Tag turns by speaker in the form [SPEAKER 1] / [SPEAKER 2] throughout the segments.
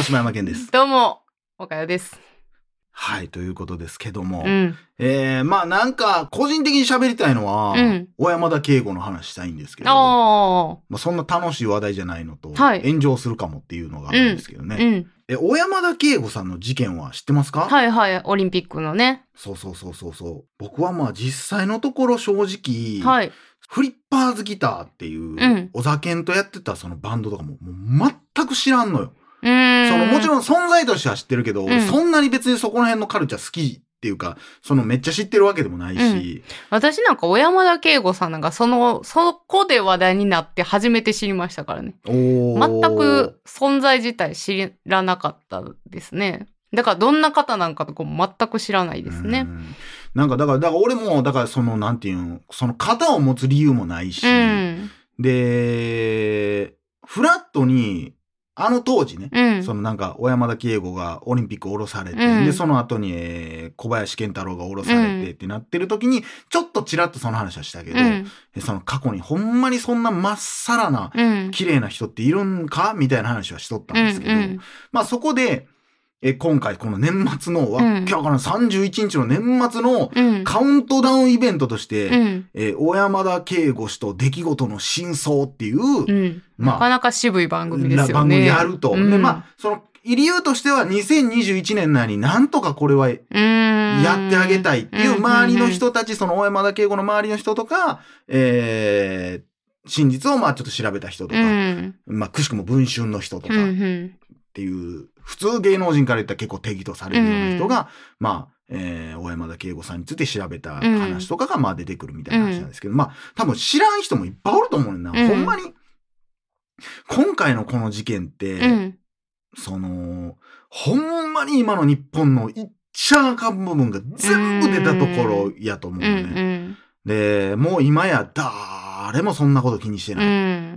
[SPEAKER 1] 柴山健です。
[SPEAKER 2] どうも、岡谷です。
[SPEAKER 1] はい、ということですけども。
[SPEAKER 2] ま
[SPEAKER 1] あなんか、個人的に喋りたいのは、小山田圭吾の話したいんですけど、まあ、そんな楽しい話題じゃないのと、炎上するかもっていうのがあるんですけどね。小山田圭吾さんの事件は知ってますか？
[SPEAKER 2] はいはい、オリンピックのね。
[SPEAKER 1] そう。僕はまあ実際のところ正直、フリッパーズギターっていう、お酒んとやってたそのバンドとかも全く知らんのよ。もちろん存在としては知ってるけど、そんなに別にそこの辺のカルチャー好きっていうか、めっちゃ知ってるわけでもないし。
[SPEAKER 2] 私なんか小山田圭吾さんなんかそこで話題になって初めて知りましたからね。全く存在自体知らなかったですね。だからどんな方なんかとかも全く知らないですね。
[SPEAKER 1] なんかだから俺も、なんていうの、型を持つ理由もないし、で、フラットに、あの当時ね、なんか、小山田圭吾がオリンピック降ろされて、で、その後に、小林健太郎が降ろされてってなってる時に、ちょっとちらっとその話はしたけど、その過去にほんまにそんなまっさらな、綺麗な人っているんかみたいな話はしとったんですけど、まあそこで、今回この年末のわけわからん31日の年末のカウントダウンイベントとして、小山田圭吾氏と出来事の真相っていう、
[SPEAKER 2] なかなか渋い番組ですよね。
[SPEAKER 1] 番組やると。で、まあ、理由としては2021年内になんとかこれはやってあげたいっていう周りの人たち、その小山田圭吾の周りの人とか、真実をまあちょっと調べた人とか、まあくしくも文春の人とかっていう、普通芸能人から言ったら結構敵とされるような人が、まあ、小山田圭吾さんについて調べた話とかがまあ出てくるみたいな話なんですけど、まあ多分知らん人もいっぱいおると思うねんな。ほんまに、今回のこの事件って、ほんまに今の日本のいっちゃあかん部分が全部出たところやと思うね。で、もう今や誰もそんなこと気にしてない。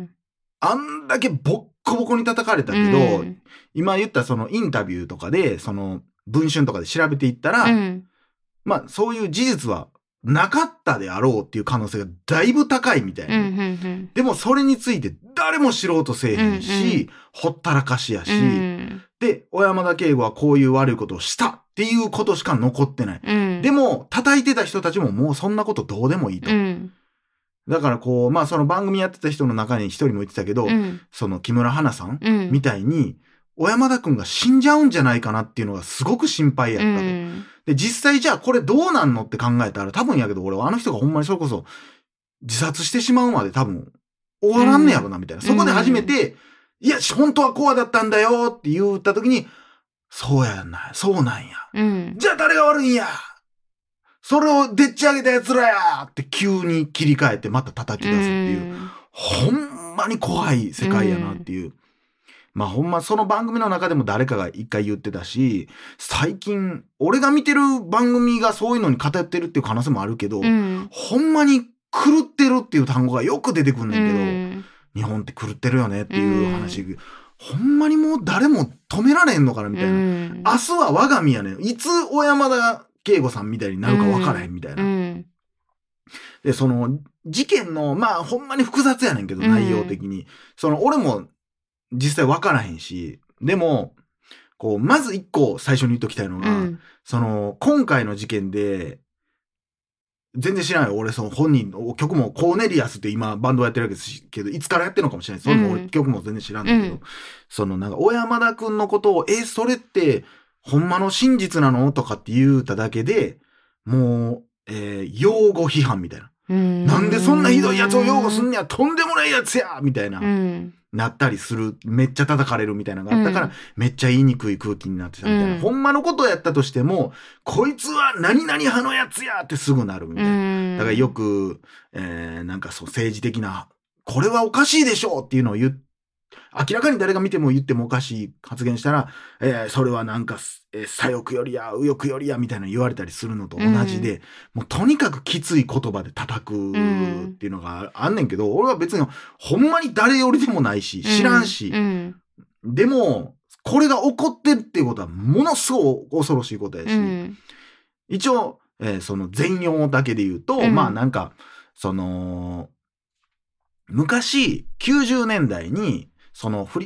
[SPEAKER 1] あんだけボッコボコに叩かれたけど、今言ったそのインタビューとかで、文春とかで調べていったら、まあそういう事実はなかったであろうっていう可能性がだいぶ高いみたいな。でもそれについて誰も知ろうとせえへんし、ほったらかしやし、で、小山田圭吾はこういう悪いことをしたっていうことしか残ってない。でも、叩いてた人たちももうそんなことどうでもいいと。だからこう、まあその番組やってた人の中に一人も言ってたけど、その木村花さんみたいに、小山田くんが死んじゃうんじゃないかなっていうのがすごく心配やったと。で、実際じゃあこれどうなんのって考えたら多分やけど俺はあの人がほんまにそれこそ自殺してしまうまで多分終わらんねやろなみたいな。そこで初めて、いや、本当はこうだったんだよって言った時に、そうやんな、そうなんや。じゃあ誰が悪いんやそれをでっち上げた奴らやって急に切り替えてまた叩き出すっていう、ほんまに怖い世界やなっていう。まあほんまその番組の中でも誰かが一回言ってたし、最近俺が見てる番組がそういうのに偏ってるっていう可能性もあるけど、ほんまに狂ってるっていう単語がよく出てくんねんけど、日本って狂ってるよねっていう話、ほんまにもう誰も止められへんのかなみたいな。明日は我が身やねん。いつ小山田圭吾さんみたいになるか分からへんみたいな。で、その事件の、まあほんまに複雑やねんけど、内容的に。俺も実際分からへんし、でも、こう、まず一個最初に言っときたいのが、今回の事件で、全然知らないよ。俺、本人の曲もコーネリアスって今バンドをやってるわけですけど、いつからやってるのかもしれない。それも俺曲も全然知らんだけど、なんか、小山田くんのことを、それって、ほんまの真実なのとかって言うただけで、もう、擁護批判みたいな。なんでそんなひどいやつを擁護すんねや、とんでもないやつやみたいな。なったりする。めっちゃ叩かれるみたいなのがあったから、めっちゃ言いにくい空気になってたみたいな。ほんまのことをやったとしても、こいつは何々派のやつやってすぐなるみたいな。だからよく、なんか政治的な、これはおかしいでしょうっていうのを明らかに誰が見ても言ってもおかしい発言したら、それはなんか、左翼よりや、右翼よりや、みたいな言われたりするのと同じで、もうとにかくきつい言葉で叩くっていうのがあんねんけど、俺は別にほんまに誰よりでもないし、知らんし、でも、これが起こってるっていうことはものすごい恐ろしいことやし、一応、全容だけで言うと、まあなんか、昔、90年代に、フリッ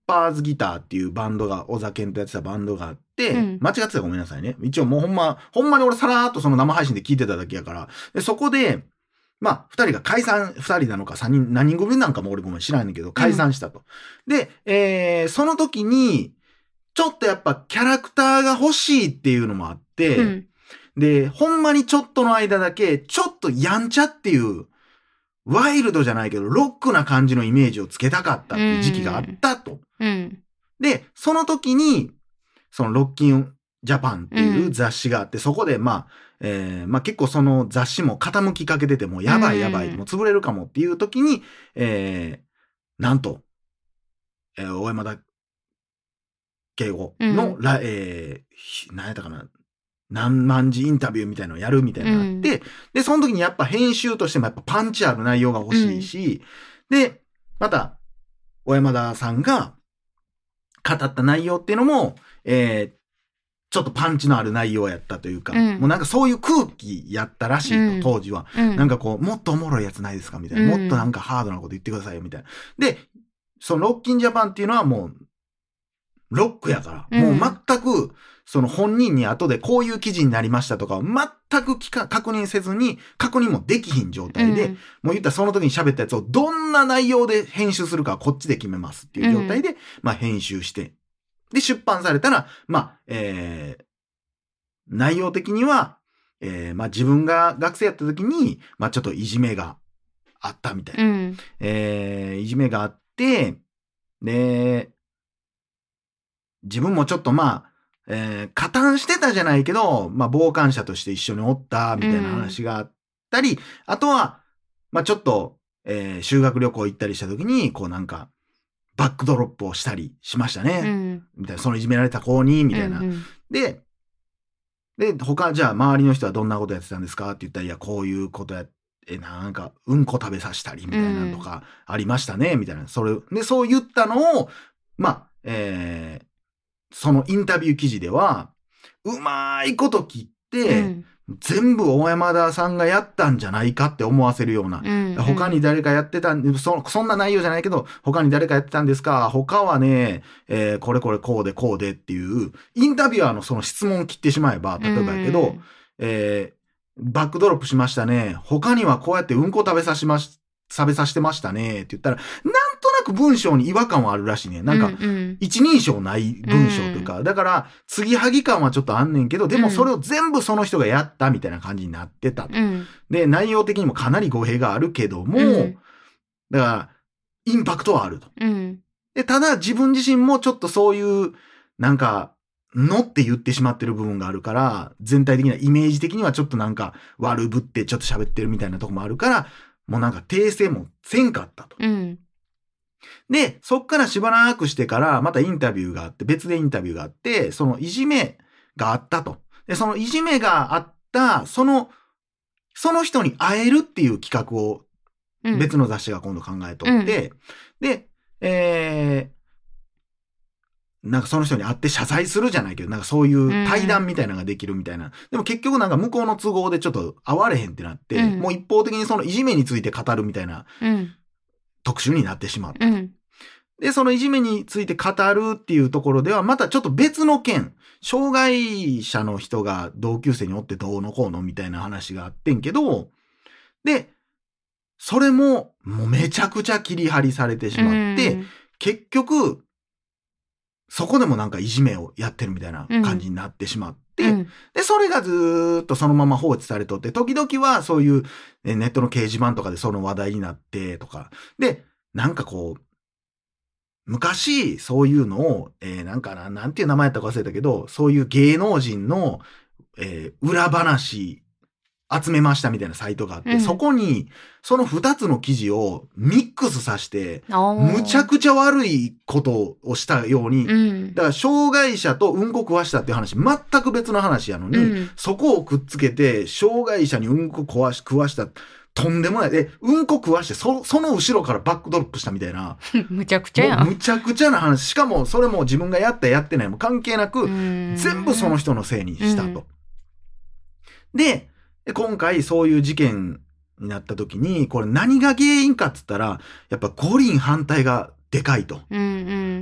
[SPEAKER 1] パーズギターっていうバンドが、小沢健とやってたバンドがあって、間違ってたらごめんなさいね。一応もうほんまに俺さらーっとその生配信で聞いてただけやから、でそこで、二人が解散、二人なのか三人、何人組なんかも俺ごめん知らんねんけど、解散したと。で、その時に、ちょっとやっぱキャラクターが欲しいっていうのもあって、で、ほんまにちょっとの間だけ、ちょっとやんちゃっていう、ワイルドじゃないけど、ロックな感じのイメージをつけたかったっていう時期があったと。で、その時に、そのロッキンジャパンっていう雑誌があって、そこで結構その雑誌も傾きかけてて、もうやばい、もう潰れるかもっていう時に、なんと、大山田圭吾の、何やったかな、何万字インタビューみたいなのをやるみたいなのがあって、で、その時にやっぱ編集としてもやっぱパンチある内容が欲しいし、で、また、小山田さんが語った内容っていうのも、ちょっとパンチのある内容やったというか、もうなんかそういう空気やったらしいと、当時は。なんかこう、もっとおもろいやつないですかみたいな。もっとなんかハードなこと言ってくださいよみたいな。で、そのロッキンジャパンっていうのはもう、ロックやから、もう全く、その本人に後でこういう記事になりましたとかを全く確認せずに、確認もできひん状態で、もう言ったらその時に喋ったやつをどんな内容で編集するかはこっちで決めますっていう状態で、編集して、で、出版されたら、内容的には、自分が学生やった時に、ちょっといじめがあったみたいな。いじめがあって、で、自分もちょっと加担してたじゃないけど、傍観者として一緒におったみたいな話があったり、あとは、ちょっと、修学旅行行ったりした時に、こうなんか、バックドロップをしたりしましたね。みたいな、そのいじめられた子に、みたいな。で、他、じゃあ周りの人はどんなことやってたんですかって言ったら、いや、こういうことなんか、うんこ食べさせたり、みたいなのとか、ありましたね、みたいな。そう言ったのを、そのインタビュー記事では、うまいこと切って、全部大山田さんがやったんじゃないかって思わせるような。他に誰かやってたんで、そんな内容じゃないけど、他に誰かやってたんですか？他はね、これこうでっていう、インタビュアーのその質問を切ってしまえば、例えばやけど、バックドロップしましたね。他にはこうやってうんこ食べさせてましたね。って言ったら、なんとなく文章に違和感はあるらしいね。なんか、一人称ない文章というか、だから、継ぎはぎ感はちょっとあんねんけど、でもそれを全部その人がやったみたいな感じになってたと。で、内容的にもかなり語弊があるけども、だから、インパクトはあると。で、ただ自分自身もちょっとそういう、なんか、のって言ってしまってる部分があるから、全体的なイメージ的にはちょっとなんか悪ぶってちょっと喋ってるみたいなとこもあるから、もうなんか訂正もせんかったと。で、そっからしばらくしてから、またインタビューがあって、別でインタビューがあって、そのいじめがあったと。で、そのいじめがあった、その人に会えるっていう企画を、別の雑誌が今度考えとって、で、なんかその人に会って謝罪するじゃないけど、なんかそういう対談みたいなのができるみたいな。でも結局なんか向こうの都合でちょっと会われへんってなって、もう一方的にそのいじめについて語るみたいな特集になってしまった。で、そのいじめについて語るっていうところでは、またちょっと別の件、障害者の人が同級生におってどうのこうのみたいな話があってんけど、で、それももうめちゃくちゃ切り張りされてしまって、結局、そこでもなんかいじめをやってるみたいな感じになってしまって、で、それがずーっとそのまま放置されとって、時々はそういうネットの掲示板とかでその話題になってとか、で、なんかこう、昔そういうのを、なんていう名前やったか忘れたけど、そういう芸能人の、裏話集めましたみたいなサイトがあって、そこにその2つの記事をミックスさせて、むちゃくちゃ悪いことをしたように、だから障害者とうんこ食わしたっていう話、全く別の話やのに、そこをくっつけて、障害者にうんこ食わした、とんでもない。で、うんこ食わして、その後ろからバックドロップしたみたいな。
[SPEAKER 2] むちゃくちゃやん。
[SPEAKER 1] むちゃくちゃな話。しかも、それも自分がやったやってないも関係なく、全部その人のせいにしたと。で、今回そういう事件になった時に、これ何が原因かっつったら、やっぱ五輪反対がでかいと。
[SPEAKER 2] うん。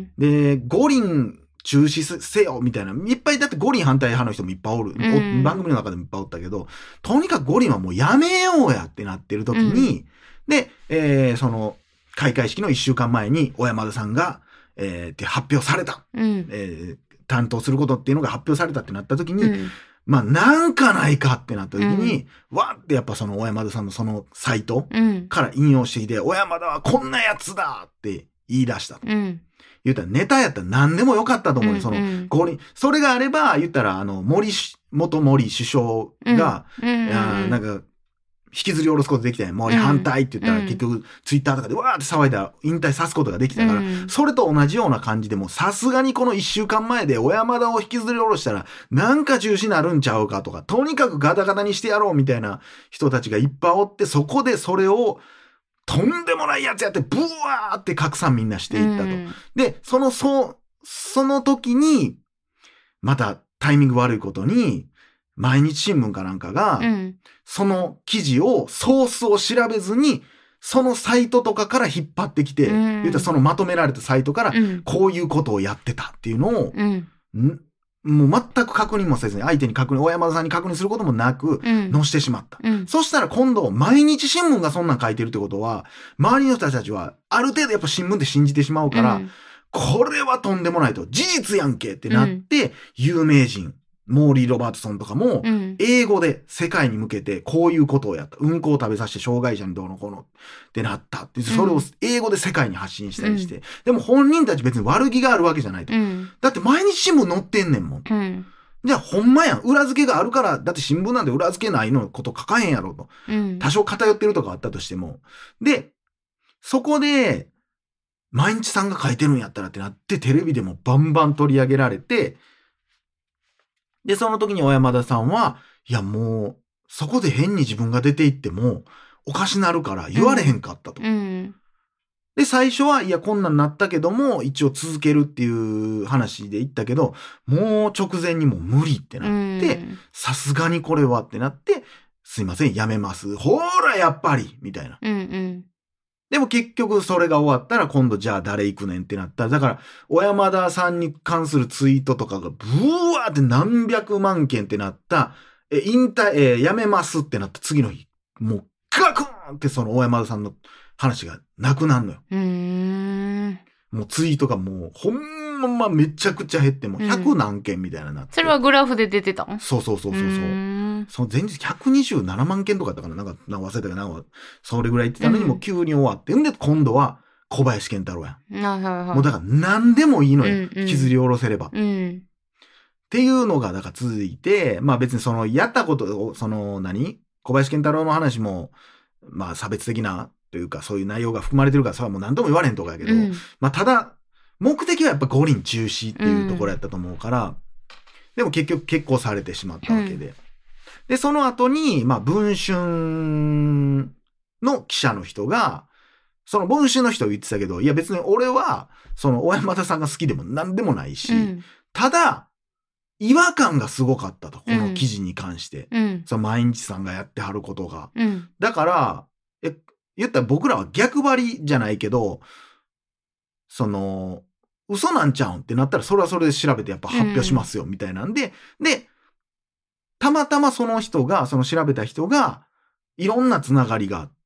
[SPEAKER 1] で、五輪中止せよみたいな、いっぱいだって五輪反対派の人もいっぱいおる。番組の中でもいっぱいおったけど、とにかく五輪はもうやめようやってなってる時に、で、その開会式の1週間前に小山田さんが、って発表された。担当することっていうのが発表されたってなった時に、まあなんかないかってなった時に、わーってやっぱその小山田さんのそのサイトから引用してきて、小山田はこんなやつだって言い出した。言ったらネタやったら何でもよかったと思うよ。その五輪、それがあれば言ったら元森首相が、なんか引きずり下ろすことできたやん。森反対って言ったら結局ツイッターとかでわーって騒いだら引退さすことができたから、それと同じような感じでもさすがにこの1週間前で小山田を引きずり下ろしたらなんか中止になるんちゃうかとか、とにかくガタガタにしてやろうみたいな人たちがいっぱいおって、そこでそれをとんでもないやつやってブワーって拡散みんなしていったと。で、その時にまたタイミング悪いことに毎日新聞かなんかが、その記事を、ソースを調べずに、そのサイトとかから引っ張ってきて、言ったらそのまとめられたサイトから、こういうことをやってたっていうのを、もう全く確認もせずに、相手に小山田さんに確認することもなく、載してしまった。そしたら今度、毎日新聞がそんなん書いてるってことは、周りの人たちは、ある程度やっぱ新聞って信じてしまうから、これはとんでもないと、事実やんけってなって、有名人、モーリー・ロバートソンとかも、英語で世界に向けてこういうことをやった。うんこを食べさせて障害者にどうのこうのってなったって。それを英語で世界に発信したりして。でも本人たち別に悪気があるわけじゃないと。だって毎日新聞載ってんねんもん。じゃあほんまやん。裏付けがあるから、だって新聞なんで裏付けないのこと書かへんやろと。多少偏ってるとかあったとしても。で、そこで、毎日さんが書いてるんやったらってなって、テレビでもバンバン取り上げられて、で、その時に小山田さんは、いやもう、そこで変に自分が出ていっても、おかしなるから言われへんかったと。で、最初は、いや、こんなんなったけども、一応続けるっていう話で言ったけど、もう直前にもう無理ってなって、さすがにこれはってなって、すいません、やめます。ほーら、やっぱりみたいな。でも結局それが終わったら今度じゃあ誰行くねんってなった。だから、小山田さんに関するツイートとかがブワーって何百万件ってなった、引退、やめますってなった次の日、もうガクーンってその小山田さんの話がなくなるのよ。もうツイートがもうほんまめちゃくちゃ減っても100何件みたいななって。
[SPEAKER 2] それはグラフで出てたの？
[SPEAKER 1] そう。その前日127万件とかだったから、なんか忘れたけど、なんかそれぐらい言ってたのにもう急に終わって。んで今度は小林健太郎やん。もうだから何でもいいのよ。引きずり下ろせれば。っていうのがだから続いて、まあ別にそのやったことを、その小林健太郎の話も、まあ差別的なというかそういう内容が含まれてるから、それはもう何とも言われへんとこやけど、まあただ、目的はやっぱ五輪中止っていうところやったと思うから、でも結局決行されてしまったわけで。で、その後に、まあ文春の記者の人が、その文春の人を言ってたけど、いや別に俺は、その小山田さんが好きでも何でもないし、ただ、違和感がすごかったと、この記事に関して。その毎日さんがやってはることが。だから、言ったら僕らは逆張りじゃないけど、その、嘘なんちゃうんってなったら、それはそれで調べてやっぱ発表しますよ、みたいなんで、で、たまたまその人が、その調べた人が、いろんなつながりがあって、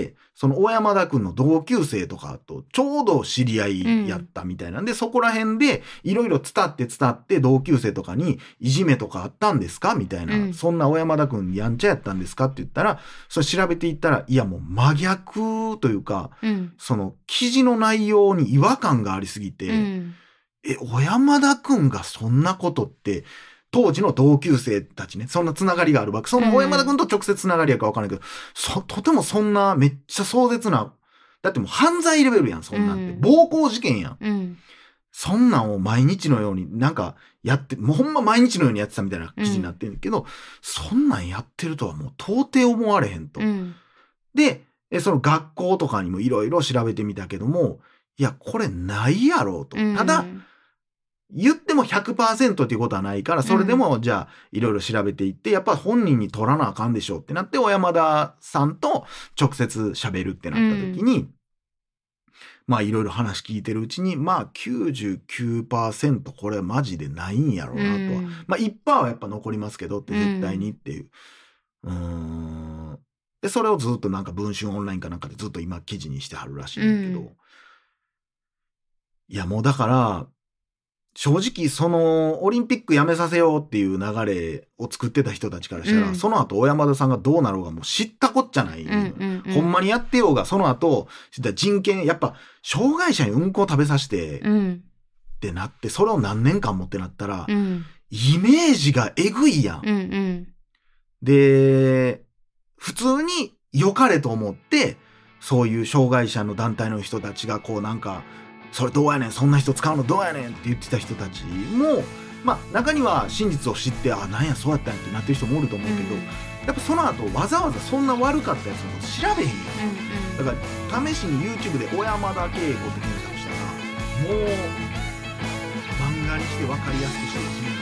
[SPEAKER 1] その小山田くんの同級生とかとちょうど知り合いやったみたいなんで、そこら辺でいろいろ伝って同級生とかにいじめとかあったんですかみたいな、そんな小山田くんやんちゃやったんですかって言ったら、それ調べていったら、いやもう真逆というか、その記事の内容に違和感がありすぎて、小山田くんがそんなことって、当時の同級生たちね、そんなつながりがあるわけ。その小山田くんと直接つながりやかわからないけど、とてもそんなめっちゃ壮絶な、だってもう犯罪レベルやん、そんなんって。暴行事件やん。そんなんを毎日のようになんかやって、もうほんま毎日のようにやってたみたいな記事になってるけど、そんなんやってるとはもう到底思われへんと。で、その学校とかにもいろいろ調べてみたけども、いや、これないやろうと。ただ、言っても 100% っていうことはないから、それでもじゃあいろいろ調べていって、やっぱ本人に取らなあかんでしょうってなって、小山田さんと直接喋るってなった時に、 まあいろいろ話聞いてるうちに、まあ 99% これマジでないんやろうなとは。まあ 1% はやっぱ残りますけどって絶対にっていう。で、それをずっとなんか文春オンラインかなんかでずっと今記事にしてはるらしいんだけど。いやもうだから、正直そのオリンピックやめさせようっていう流れを作ってた人たちからしたら、その後小山田さんがどうなろうがもう知ったこっちゃない。ほんまにやってようが、その後、人権、やっぱ障害者にうんこを食べさせて、ってなって、それを何年間もってなったら、イメージがえぐいやん。で、普通に良かれと思って、そういう障害者の団体の人たちがこうなんか、それどうやねん、そんな人使うのどうやねんって言ってた人たちも、まあ中には真実を知って、あ、なんやそうやったんやってなってる人もおると思うけど、やっぱその後わざわざそんな悪かったやつを調べへんやん。だから試しに YouTube で小山田圭吾って検索したら、もう漫画にして分かりやすくして